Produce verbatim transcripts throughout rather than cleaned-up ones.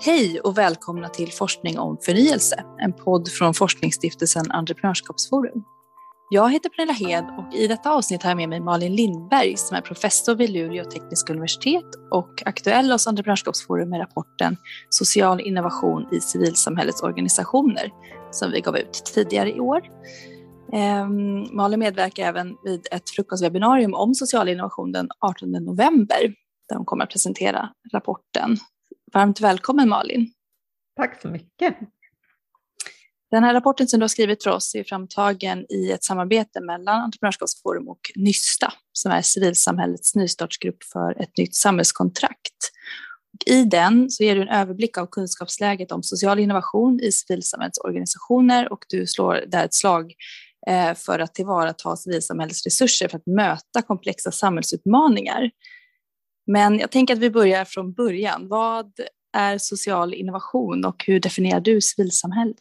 Hej och välkomna till Forskning om förnyelse, en podd från forskningsstiftelsen Entreprenörskapsforum. Jag heter Pernilla Hed och i detta avsnitt har jag med mig Malin Lindberg som är professor vid Luleå tekniska universitet och aktuell hos Entreprenörskapsforum med rapporten Social innovation i civilsamhällets organisationer som vi gav ut tidigare i år. Um, Malin medverkar även vid ett frukostwebbinarium om social innovation den artonde november där hon kommer att presentera rapporten. Varmt välkommen Malin. Tack så mycket. Den här rapporten som du har skrivit för oss är framtagen i ett samarbete mellan Entreprenörskapsforum och Nysta som är civilsamhällets nystartsgrupp för ett nytt samhällskontrakt. Och i den så ger du en överblick av kunskapsläget om social innovation i civilsamhällets organisationer och du slår där ett slag för att tillvarata civilsamhällets resurser för att möta komplexa samhällsutmaningar. Men jag tänker att vi börjar från början. Vad är social innovation och hur definierar du civilsamhället?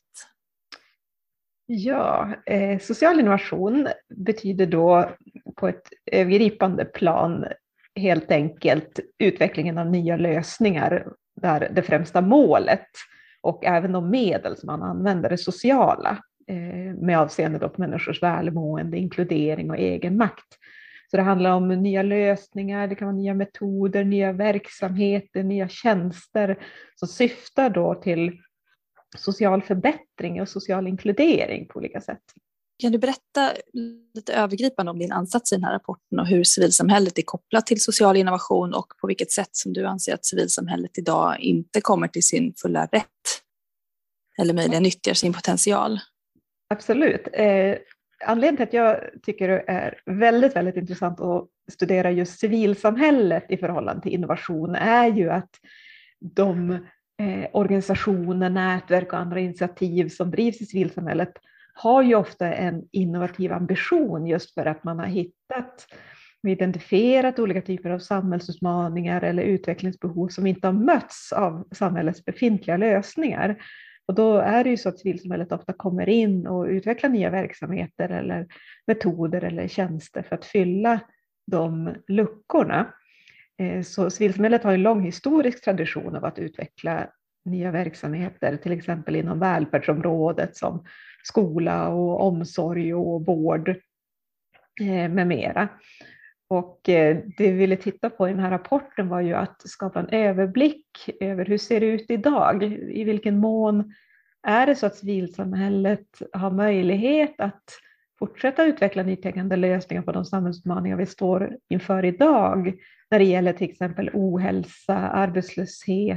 Ja, eh, social innovation betyder då på ett övergripande plan helt enkelt utvecklingen av nya lösningar där det främsta målet och även de medel som man använder är sociala eh, med avseende då på människors välmående, inkludering och egenmakt. Så det handlar om nya lösningar, det kan vara nya metoder, nya verksamheter, nya tjänster som syftar då till social förbättring och social inkludering på olika sätt. Kan du berätta lite övergripande om din ansats i den här rapporten och hur civilsamhället är kopplat till social innovation och på vilket sätt som du anser att civilsamhället idag inte kommer till sin fulla rätt eller möjligen nyttjar sin potential? Absolut. Eh, Anledningen till att jag tycker det är väldigt, väldigt intressant att studera just civilsamhället i förhållande till innovation är ju att de eh, organisationer, nätverk och andra initiativ som drivs i civilsamhället har ju ofta en innovativ ambition just för att man har hittat och identifierat olika typer av samhällsutmaningar eller utvecklingsbehov som inte har mötts av samhällets befintliga lösningar. Och då är det ju så att civilsamhället ofta kommer in och utvecklar nya verksamheter eller metoder eller tjänster för att fylla de luckorna. Så civilsamhället har en lång historisk tradition av att utveckla nya verksamheter, till exempel inom välfärdsområdet som skola och omsorg och vård med mera. Och det vi ville titta på i den här rapporten var ju att skapa en överblick över hur ser det ut idag. I vilken mån är det så att civilsamhället har möjlighet att fortsätta utveckla nytänkande lösningar på de samhällsutmaningar vi står inför idag. När det gäller till exempel ohälsa, arbetslöshet,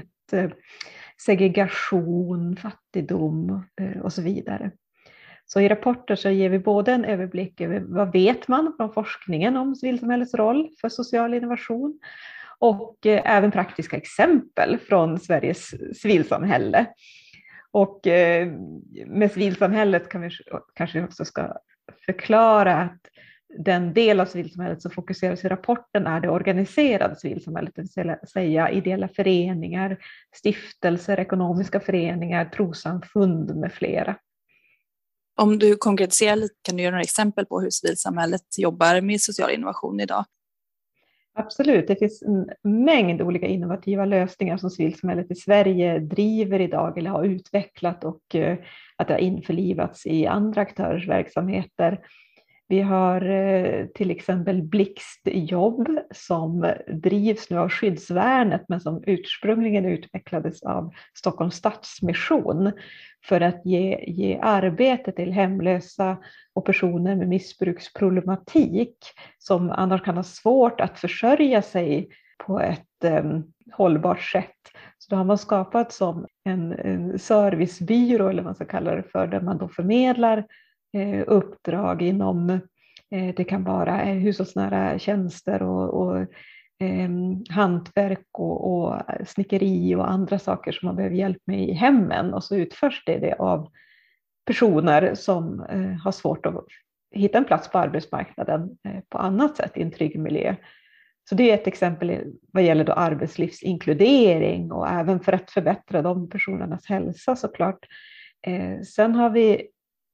segregation, fattigdom och så vidare. Så i rapporter så ger vi både en överblick över vad vet man från forskningen om civilsamhällets roll för social innovation och även praktiska exempel från Sveriges civilsamhälle. Och med civilsamhället kan vi kanske också ska förklara att den del av civilsamhället som fokuseras i rapporten är det organiserade civilsamhället, det vill säga ideella föreningar, stiftelser, ekonomiska föreningar, trossamfund med flera. Om du konkretiserar lite, kan du göra några exempel på hur civilsamhället jobbar med social innovation idag? Absolut, det finns en mängd olika innovativa lösningar som civilsamhället i Sverige driver idag eller har utvecklat och att det har införlivats i andra aktörers verksamheter. Vi har till exempel Blixtjobb som drivs nu av Skyddsvärnet men som ursprungligen utvecklades av Stockholms Stadsmission för att ge, ge arbete till hemlösa och personer med missbruksproblematik som annars kan ha svårt att försörja sig på ett um, hållbart sätt. Så då har man skapat som en, en servicebyrå eller vad man ska kalla det för, där man då förmedlar eh, uppdrag inom, eh, det kan vara eh, hushållsnära tjänster och, och eh, hantverk och, och snickeri och andra saker som man behöver hjälp med i hemmen, och så utförs det, det av personer som eh, har svårt att hitta en plats på arbetsmarknaden eh, på annat sätt i en trygg miljö. Så det är ett exempel vad gäller då arbetslivsinkludering och även för att förbättra de personernas hälsa såklart. Eh, sen har vi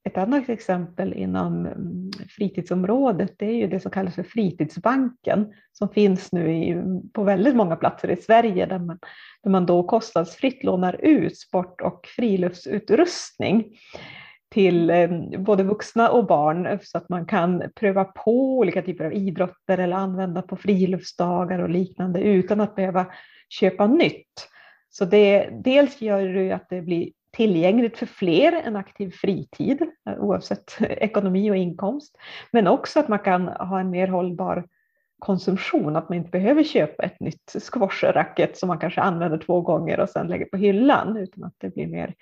ett annat exempel inom fritidsområdet, det är ju det som kallas för fritidsbanken, som finns nu i, på väldigt många platser i Sverige, där man, där man då kostnadsfritt lånar ut sport- och friluftsutrustning till eh, både vuxna och barn, så att man kan pröva på olika typer av idrotter eller använda på friluftsdagar och liknande utan att behöva köpa nytt. Så det dels gör det att det blir tillgängligt för fler en aktiv fritid, oavsett ekonomi och inkomst, men också att man kan ha en mer hållbar konsumtion, att man inte behöver köpa ett nytt squashracket som man kanske använder två gånger och sedan lägger på hyllan, utan att det blir mer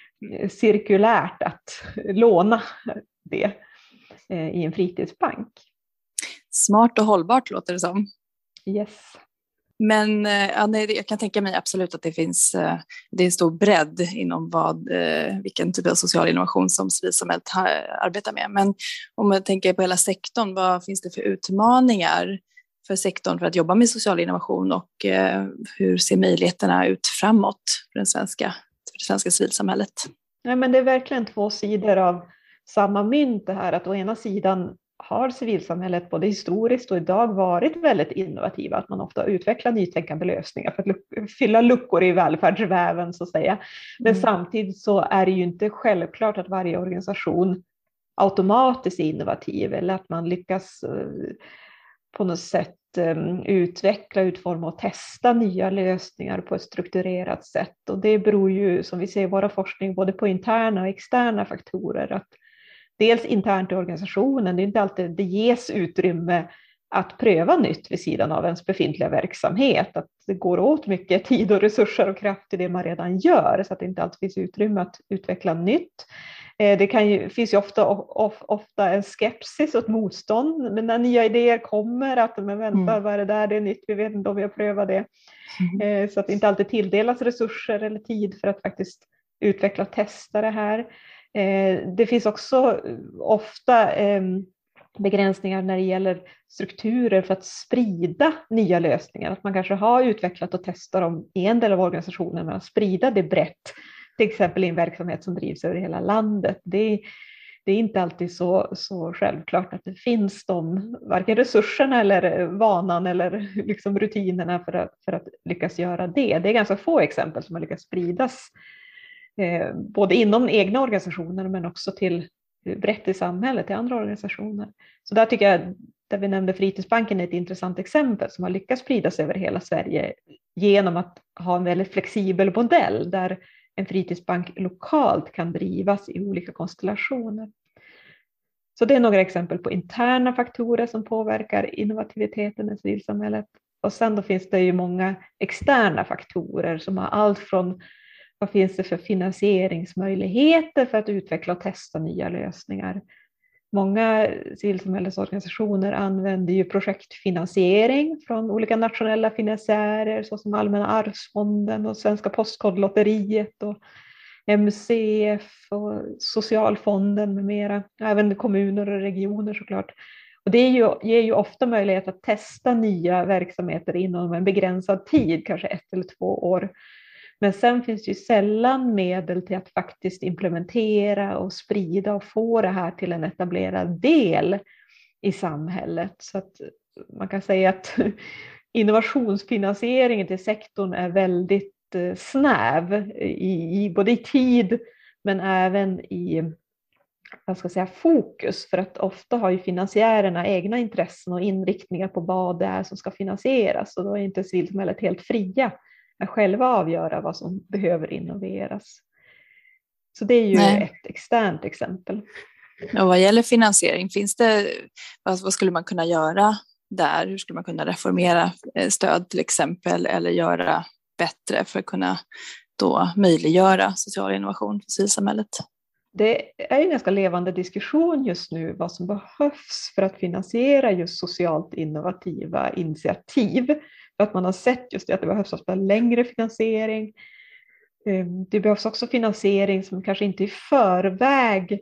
cirkulärt att låna det i en fritidsbank. Smart och hållbart låter det som. Yes. Men ja, nej, jag kan tänka mig absolut att det finns det är stor bredd inom vad, vilken typ av social innovation som civilsamhället arbetar med. Men om man tänker på hela sektorn, vad finns det för utmaningar för sektorn för att jobba med social innovation, och hur ser möjligheterna ut framåt för, den svenska, för det svenska civilsamhället? Nej, men det är verkligen två sidor av samma mynt det här, att å ena sidan har civilsamhället både historiskt och idag varit väldigt innovativa, att man ofta utvecklar nytänkande lösningar för att fylla luckor i välfärdsväven så att säga. Men mm. samtidigt så är det ju inte självklart att varje organisation automatiskt är innovativ, eller att man lyckas på något sätt utveckla, utforma och testa nya lösningar på ett strukturerat sätt. Och det beror ju, som vi ser i våra forskning, både på interna och externa faktorer. Att dels internt i organisationen, det är inte alltid det ges utrymme att pröva nytt vid sidan av ens befintliga verksamhet. Att det går åt mycket tid och resurser och kraft i det man redan gör, så att det inte alltid finns utrymme att utveckla nytt. Det kan ju, finns ju ofta, of, ofta en skepsis och ett motstånd, men när nya idéer kommer, att men vänta, mm. vad är det där, det är nytt, vi vet inte om vi har prövat det. Mm. Så att det inte alltid tilldelas resurser eller tid för att faktiskt utveckla och testa det här. Det finns också ofta begränsningar när det gäller strukturer för att sprida nya lösningar. Att man kanske har utvecklat och testat dem i en del av organisationen, men att sprida det brett, till exempel i en verksamhet som drivs över hela landet. Det, det är inte alltid så, så självklart att det finns de, varken resurserna eller vanan eller liksom rutinerna för att, för att lyckas göra det. Det är ganska få exempel som har lyckats spridas eh, både inom egna organisationer men också till brett i samhället, till andra organisationer. Så där tycker jag, där vi nämnde Fritidsbanken, är ett intressant exempel som har lyckats spridas över hela Sverige genom att ha en väldigt flexibel modell där en fritidsbank lokalt kan drivas i olika konstellationer. Så det är några exempel på interna faktorer som påverkar innovativiteten i civilsamhället. Och sen då finns det ju många externa faktorer som har allt från vad finns det för finansieringsmöjligheter för att utveckla och testa nya lösningar. Många civilsamhällesorganisationer använder ju projektfinansiering från olika nationella finansiärer såsom Allmänna arvsfonden och Svenska postkodlotteriet och M C F och Socialfonden med mera. Även kommuner och regioner såklart. Och det är ju, ger ju ofta möjlighet att testa nya verksamheter inom en begränsad tid, kanske ett eller två år. Men sen finns det ju sällan medel till att faktiskt implementera och sprida och få det här till en etablerad del i samhället. Så att man kan säga att innovationsfinansieringen till sektorn är väldigt snäv i, i både i tid men även i, vad ska jag säga, fokus. För att ofta har ju finansiärerna egna intressen och inriktningar på vad det är som ska finansieras, och då är inte civilsamhället helt fria att själva avgöra vad som behöver innoveras. Så det är ju Nej. ett externt exempel. Och vad gäller finansiering, finns det, vad, vad skulle man kunna göra där? Hur skulle man kunna reformera stöd till exempel, eller göra bättre för att kunna då möjliggöra social innovation för civilsamhället? Det är en ganska levande diskussion just nu vad som behövs för att finansiera just socialt innovativa initiativ. För att man har sett just det, att det behövs ofta längre finansiering. Det behövs också finansiering som kanske inte i förväg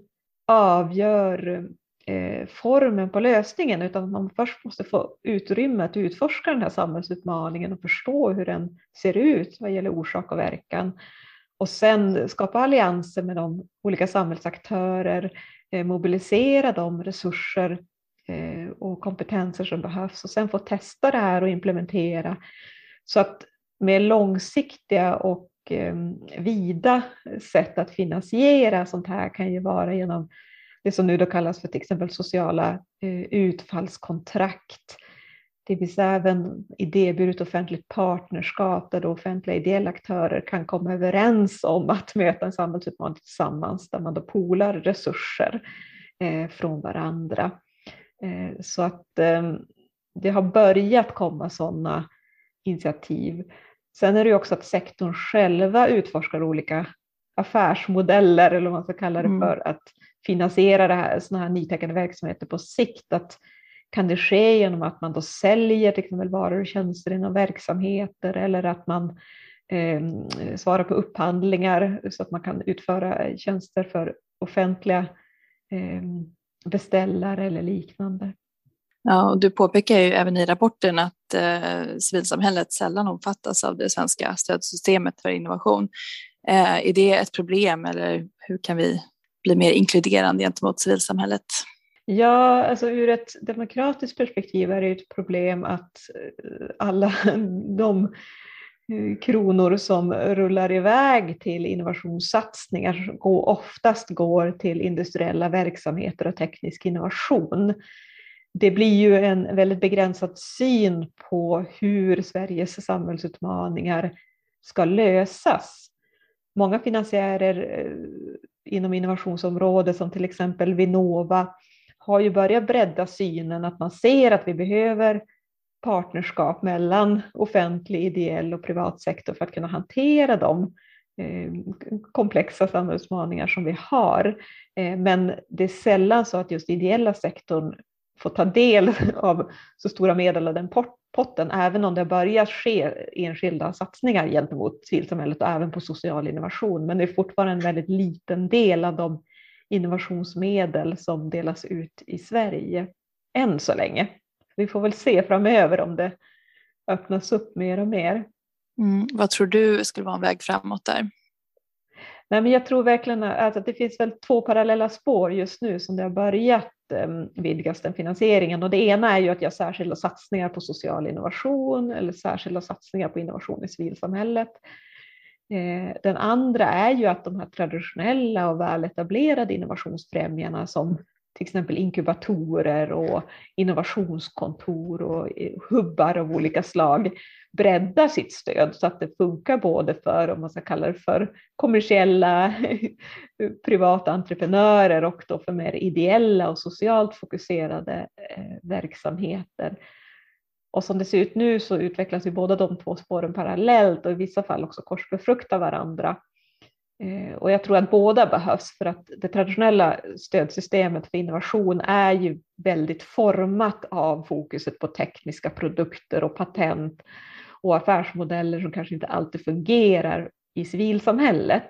avgör formen på lösningen, utan man först måste få utrymme att utforska den här samhällsutmaningen och förstå hur den ser ut vad gäller orsak och verkan. och sen skapa allianser med de olika samhällsaktörer, eh, mobilisera de resurser eh, och kompetenser som behövs och sen få testa det här och implementera. Så att med långsiktiga och eh, vida sätt att finansiera sånt här kan ju vara genom det som nu då kallas för till exempel sociala eh, utfallskontrakt. Det vill säga även idéburet offentligt partnerskap där då offentliga ideella aktörer kan komma överens om att möta en samhällsutmaning tillsammans, där man då polar resurser eh, från varandra. Eh, så att eh, det har börjat komma sådana initiativ. Sen är det ju också att sektorn själva utforskar olika affärsmodeller, eller vad man ska kalla det för, mm. att finansiera det här, såna här nytänkande verksamheter på sikt. Att kan det ske genom att man då säljer till exempel varor och tjänster inom verksamheter, eller att man eh, svarar på upphandlingar så att man kan utföra tjänster för offentliga eh, beställare eller liknande. Ja, och du påpekar ju även i rapporten att eh, civilsamhället sällan omfattas av det svenska stödsystemet för innovation. Eh, är det ett problem, eller hur kan vi bli mer inkluderande gentemot civilsamhället? Ja, alltså ur ett demokratiskt perspektiv är det ett problem att alla de kronor som rullar iväg till innovationssatsningar går, oftast går till industriella verksamheter och teknisk innovation. Det blir ju en väldigt begränsad syn på hur Sveriges samhällsutmaningar ska lösas. Många finansiärer inom innovationsområdet som till exempel Vinnova har ju börjat bredda synen att man ser att vi behöver partnerskap mellan offentlig, ideell och privat sektor för att kunna hantera de eh, komplexa samhällsutmaningar som vi har. Eh, men det är sällan så att just ideella sektorn får ta del av så stora medel av den potten, även om det börjar ske enskilda satsningar gentemot civilsamhället och även på social innovation. Men det är fortfarande en väldigt liten del av de innovationsmedel som delas ut i Sverige än så länge. Vi får väl se framöver om det öppnas upp mer och mer. Mm, vad tror du skulle vara en väg framåt där? Nej, men jag tror verkligen att det finns väl två parallella spår just nu som det har börjat vidgas den finansieringen. Och det ena är ju att göra särskilda satsningar på social innovation eller särskilda satsningar på innovation i civilsamhället. Den andra är ju att de här traditionella och väletablerade innovationsfrämjarna som till exempel inkubatorer och innovationskontor och hubbar av olika slag breddar sitt stöd så att det funkar både för, om man ska kalla det för, kommersiella privata entreprenörer och då för mer ideella och socialt fokuserade eh, verksamheter. Och som det ser ut nu så utvecklas ju båda de två spåren parallellt och i vissa fall också korsbefruktar varandra. Eh, och jag tror att båda behövs, för att det traditionella stödsystemet för innovation är ju väldigt format av fokuset på tekniska produkter och patent och affärsmodeller som kanske inte alltid fungerar i civilsamhället.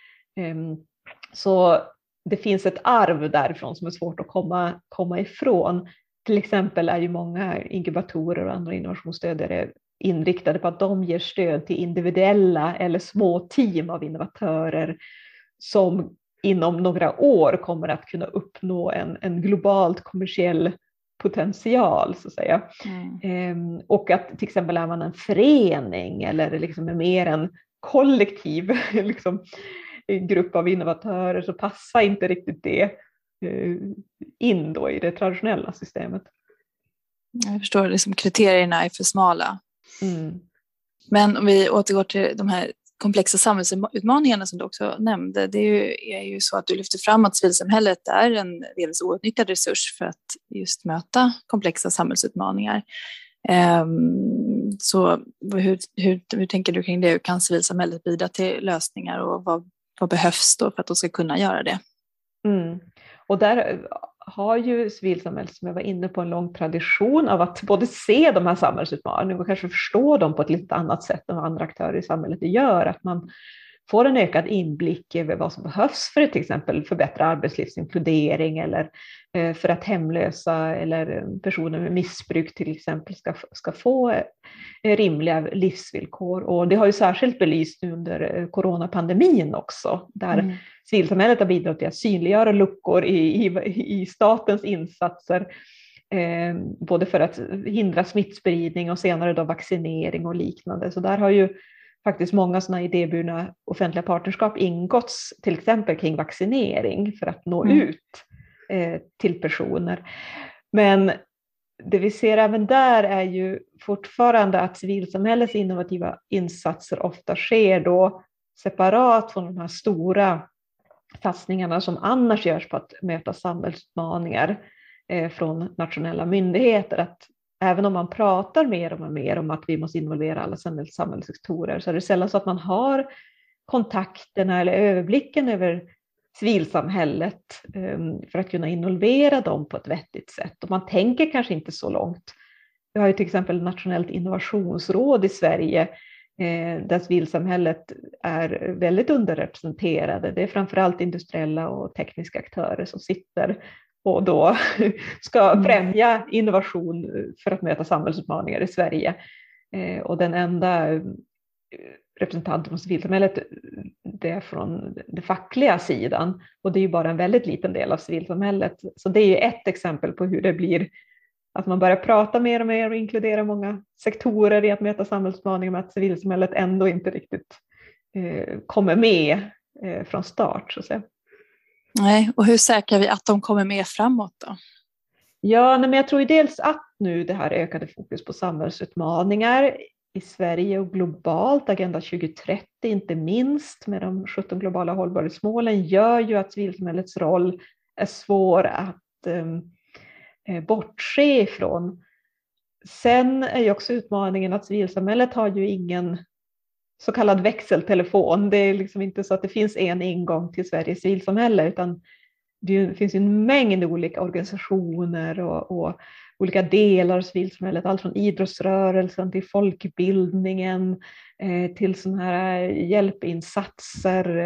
Så det finns ett arv därifrån som är svårt att komma, komma ifrån. Till exempel är ju många inkubatorer och andra innovationsstödjare inriktade på att de ger stöd till individuella eller små team av innovatörer som inom några år kommer att kunna uppnå en, en globalt kommersiell potential så att säga. Mm. Ehm, och att till exempel är man en förening eller liksom är mer en kollektiv liksom, grupp av innovatörer så passar inte riktigt det eh, in då i det traditionella systemet. Jag förstår, liksom kriterierna är för smala. Mm. Men om vi återgår till de här komplexa samhällsutmaningarna som du också nämnde, det är ju, är ju så att du lyfter fram att civilsamhället är en delvis outnyttjad resurs för att just möta komplexa samhällsutmaningar. Um, så hur, hur, hur tänker du kring det? Hur kan civilsamhället bidra till lösningar och vad, vad behövs då för att de ska kunna göra det? Mm. Och där har ju civilsamhället, som jag var inne på, en lång tradition av att både se de här samhällsutmaningarna och kanske förstå dem på ett lite annat sätt än vad andra aktörer i samhället gör. Att man får en ökad inblick över vad som behövs för att till exempel förbättra arbetslivsinkludering eller för att hemlösa eller personer med missbruk till exempel ska, ska få rimliga livsvillkor. Och det har ju särskilt belyst under coronapandemin också, där mm. civilsamhället har bidragit till att synliggöra luckor i, i, i statens insatser, eh, både för att hindra smittspridning och senare då vaccinering och liknande. Så där har ju faktiskt många sådana idéburna offentliga partnerskap ingåtts, till exempel kring vaccinering för att nå mm. ut eh, till personer. Men det vi ser även där är ju fortfarande att civilsamhällets innovativa insatser ofta sker då separat från de här stora satsningarna som annars görs på att möta samhällsutmaningar eh, från nationella myndigheter. Att även om man pratar mer och mer om att vi måste involvera alla samhällssektorer, så är det sällan så att man har kontakterna eller överblicken över civilsamhället för att kunna involvera dem på ett vettigt sätt. Och man tänker kanske inte så långt. Vi har ju till exempel Nationellt innovationsråd i Sverige där civilsamhället är väldigt underrepresenterade. Det är framförallt industriella och tekniska aktörer som sitter och då ska främja innovation för att möta samhällsutmaningar i Sverige. Och den enda representanter från civilsamhället, det är från den fackliga sidan, och det är ju bara en väldigt liten del av civilsamhället. Så det är ju ett exempel på hur det blir att man börjar prata mer och mer och inkludera många sektorer i att möta samhällsutmaningar, med att civilsamhället ändå inte riktigt eh, kommer med eh, från start, så att säga. Nej, och hur säkrar vi att de kommer med framåt då? Ja, men jag tror ju dels att nu det här ökade fokus på samhällsutmaningar i Sverige och globalt, Agenda tjugo trettio inte minst med de sjutton globala hållbarhetsmålen, gör ju att civilsamhällets roll är svår att eh, bortse ifrån. Sen är ju också utmaningen att civilsamhället har ju ingen så kallad växeltelefon. Det är liksom inte så att det finns en ingång till Sveriges civilsamhälle, utan det finns en mängd olika organisationer och, och olika delar av civilsamhället, allt från idrottsrörelsen till folkbildningen eh, till sådana här hjälpinsatser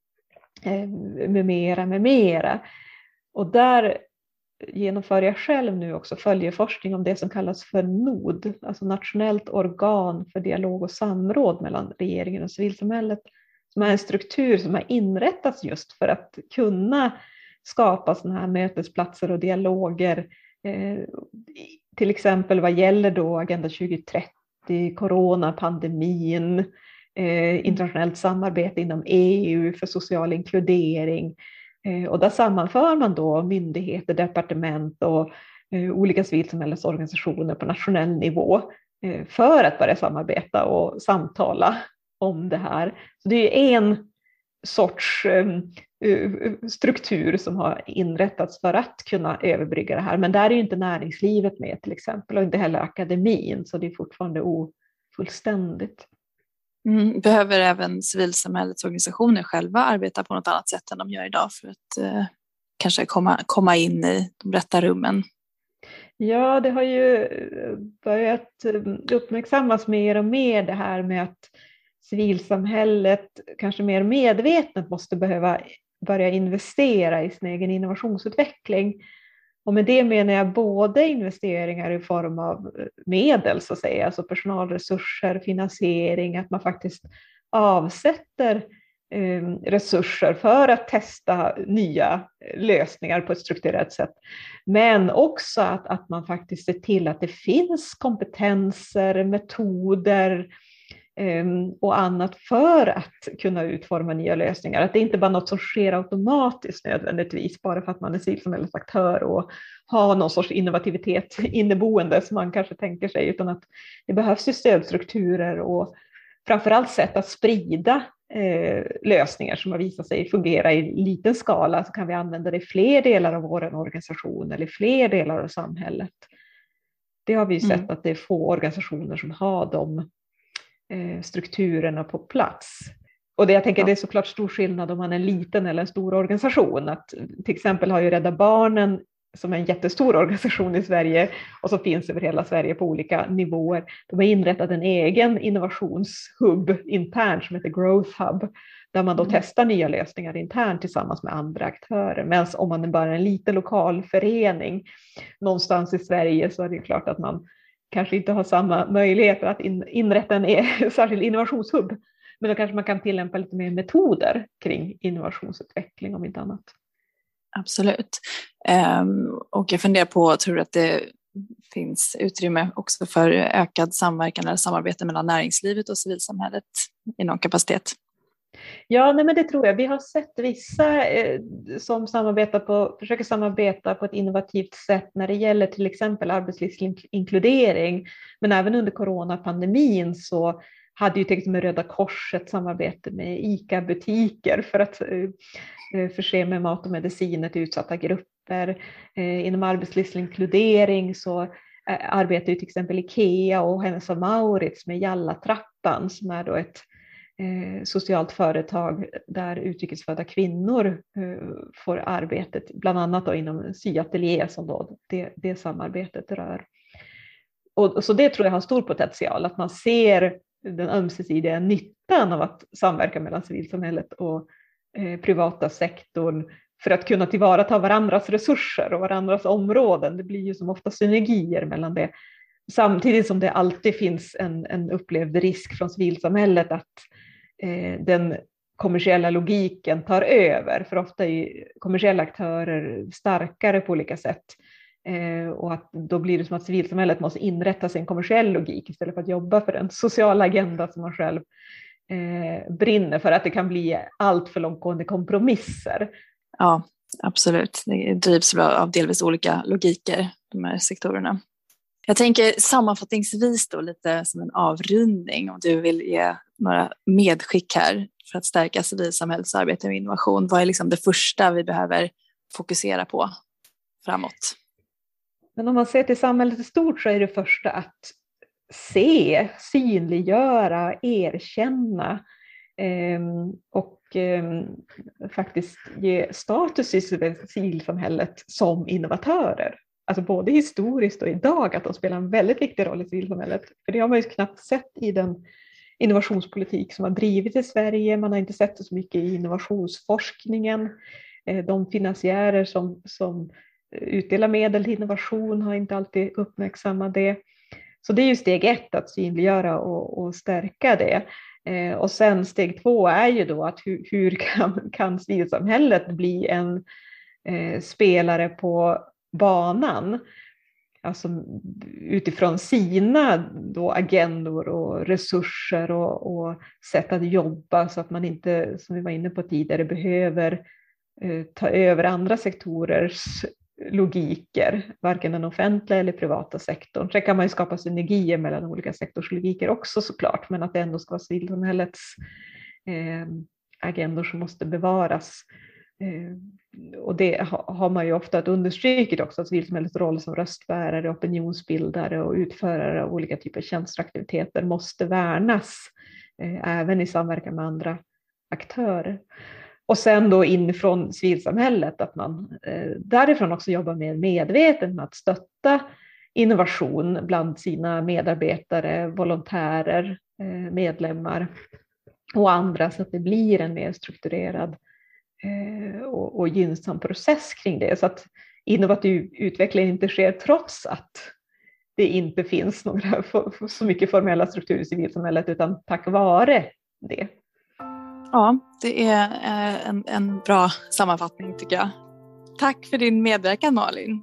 eh, med mera, med mera. Och där genomför jag själv nu också följeforskning om det som kallas för N O D, alltså Nationellt organ för dialog och samråd mellan regeringen och civilsamhället, som är en struktur som har inrättats just för att kunna skapa sådana här mötesplatser och dialoger, eh, till exempel vad gäller då Agenda tjugo trettio, coronapandemin, eh, internationellt samarbete inom E U för social inkludering. Eh, och där sammanför man då myndigheter, departement och eh, olika civilsamhällesorganisationer på nationell nivå eh, för att börja samarbeta och samtala om det här. Så det är en sorts eh, struktur som har inrättats för att kunna överbrygga det här. Men där är ju inte näringslivet med till exempel, och inte heller akademin, så det är fortfarande ofullständigt. Mm, behöver även civilsamhällets organisationer själva arbeta på något annat sätt än de gör idag för att eh, kanske komma, komma in i de rätta rummen? Ja, det har ju börjat uppmärksammas mer och mer det här med att civilsamhället kanske mer medvetet måste behöva börja investera i sin egen innovationsutveckling. Och med det menar jag både investeringar i form av medel, så att säga, alltså personalresurser, finansiering, att man faktiskt avsätter eh, resurser för att testa nya lösningar på ett strukturerat sätt. Men också att, att man faktiskt ser till att det finns kompetenser, metoder och annat för att kunna utforma nya lösningar. Att det inte bara är något som sker automatiskt nödvändigtvis bara för att man är civilsamhällesaktör och har någon sorts innovativitet inneboende som man kanske tänker sig, utan att det behövs ju stödstrukturer och framförallt sätt att sprida eh, lösningar som har visat sig fungera i liten skala, så kan vi använda det i fler delar av vår organisation eller i fler delar av samhället. Det har vi ju sett mm. att det är få organisationer som har de strukturerna på plats. Och det, jag tänker, ja. Det är såklart stor skillnad om man är en liten eller en stor organisation. Att, till exempel har ju Rädda Barnen, som är en jättestor organisation i Sverige och som finns över hela Sverige på olika nivåer. De har inrättat en egen innovationshubb internt som heter Growth Hub där man då Mm. testar nya lösningar internt tillsammans med andra aktörer. Men om man är bara en liten lokal förening någonstans i Sverige, så är det klart att man kanske inte har samma möjligheter att in, inrätta en särskild innovationshubb. Men då kanske man kan tillämpa lite mer metoder kring innovationsutveckling om inte annat. Absolut. Um, och jag funderar på, tror du att det finns utrymme också för ökad samverkan eller samarbete mellan näringslivet och civilsamhället i någon kapacitet? Ja, nej, men det tror jag. Vi har sett vissa eh, som samarbetar på, försöker samarbeta på ett innovativt sätt när det gäller till exempel arbetslivsinkludering. Men även under coronapandemin så hade ju till exempel Röda Korset samarbete med ICA-butiker för att eh, förse med mat och mediciner till utsatta grupper. Eh, inom arbetslivsinkludering så eh, arbetar ju till exempel IKEA och Hennes och Mauritz med Jalla-trappan, som är då ett eh, socialt företag där utrikesfödda kvinnor eh, får arbetet, bland annat då inom syatelier som då det, det samarbetet rör. Och, och så det tror jag har stor potential, att man ser den ömsesidiga nyttan av att samverka mellan civilsamhället och eh, privata sektorn för att kunna tillvarata varandras resurser och varandras områden. Det blir ju som ofta synergier mellan det. Samtidigt som det alltid finns en, en upplevd risk från civilsamhället att eh, den kommersiella logiken tar över. För ofta är kommersiella aktörer starkare på olika sätt. Eh, och att då blir det som att civilsamhället måste inrätta sig en kommersiell logik istället för att jobba för en social agenda som man själv eh, brinner för, att det kan bli allt för långtgående kompromisser. Ja, absolut. Det drivs av delvis olika logiker, de här sektorerna. Jag tänker sammanfattningsvis då lite som en avrundning, om du vill ge några medskick här för att stärka civilsamhällets arbete med innovation. Vad är liksom det första vi behöver fokusera på framåt? Men om man ser till samhället i stort så är det första att se, synliggöra, erkänna eh, och eh, faktiskt ge status i civilsamhället som innovatörer. Alltså både historiskt och idag, att de spelar en väldigt viktig roll i civilsamhället. För det har man ju knappt sett i den innovationspolitik som har drivits i Sverige. Man har inte sett det så mycket i innovationsforskningen. Eh, de finansiärer som, som utdela medel till innovation har inte alltid uppmärksammat det. Så det är ju steg ett, att synliggöra och, och stärka det. Eh, och sen steg två är ju då att hur, hur kan, kan civilsamhället bli en eh, spelare på banan? Alltså utifrån sina då agendor och resurser och, och sätt att jobba, så att man inte, som vi var inne på tidigare, behöver eh, ta över andra sektorers logiker, varken den offentliga eller privata sektorn. Sen kan man ju skapa synergier mellan olika sektorslogiker också såklart, men att det ändå ska vara civilsamhällets eh, agendor som måste bevaras. Eh, och det ha, har man ju ofta understrukit också, att civilsamhällets roll som röstbärare, opinionsbildare och utförare av olika typer av tjänster och aktiviteter måste värnas, eh, även i samverkan med andra aktörer. Och sen då inifrån civilsamhället, att man eh, därifrån också jobbar mer medvetet med att stötta innovation bland sina medarbetare, volontärer, eh, medlemmar och andra, så att det blir en mer strukturerad eh, och, och gynnsam process kring det. Så att innovativ utveckling inte sker trots att det inte finns några så mycket formella strukturer i civilsamhället, utan tack vare det. Ja, det är en, en bra sammanfattning tycker jag. Tack för din medverkan, Malin.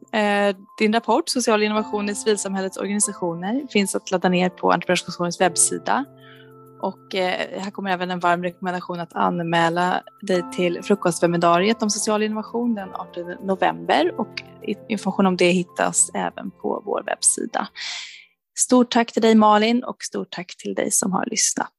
Din rapport Social innovation i civilsamhällets organisationer finns att ladda ner på Entreprenörskapsforumets webbsida. Och här kommer även en varm rekommendation att anmäla dig till frukostwebinariet om social innovation den artonde november. Och information om det hittas även på vår webbsida. Stort tack till dig, Malin, och stort tack till dig som har lyssnat.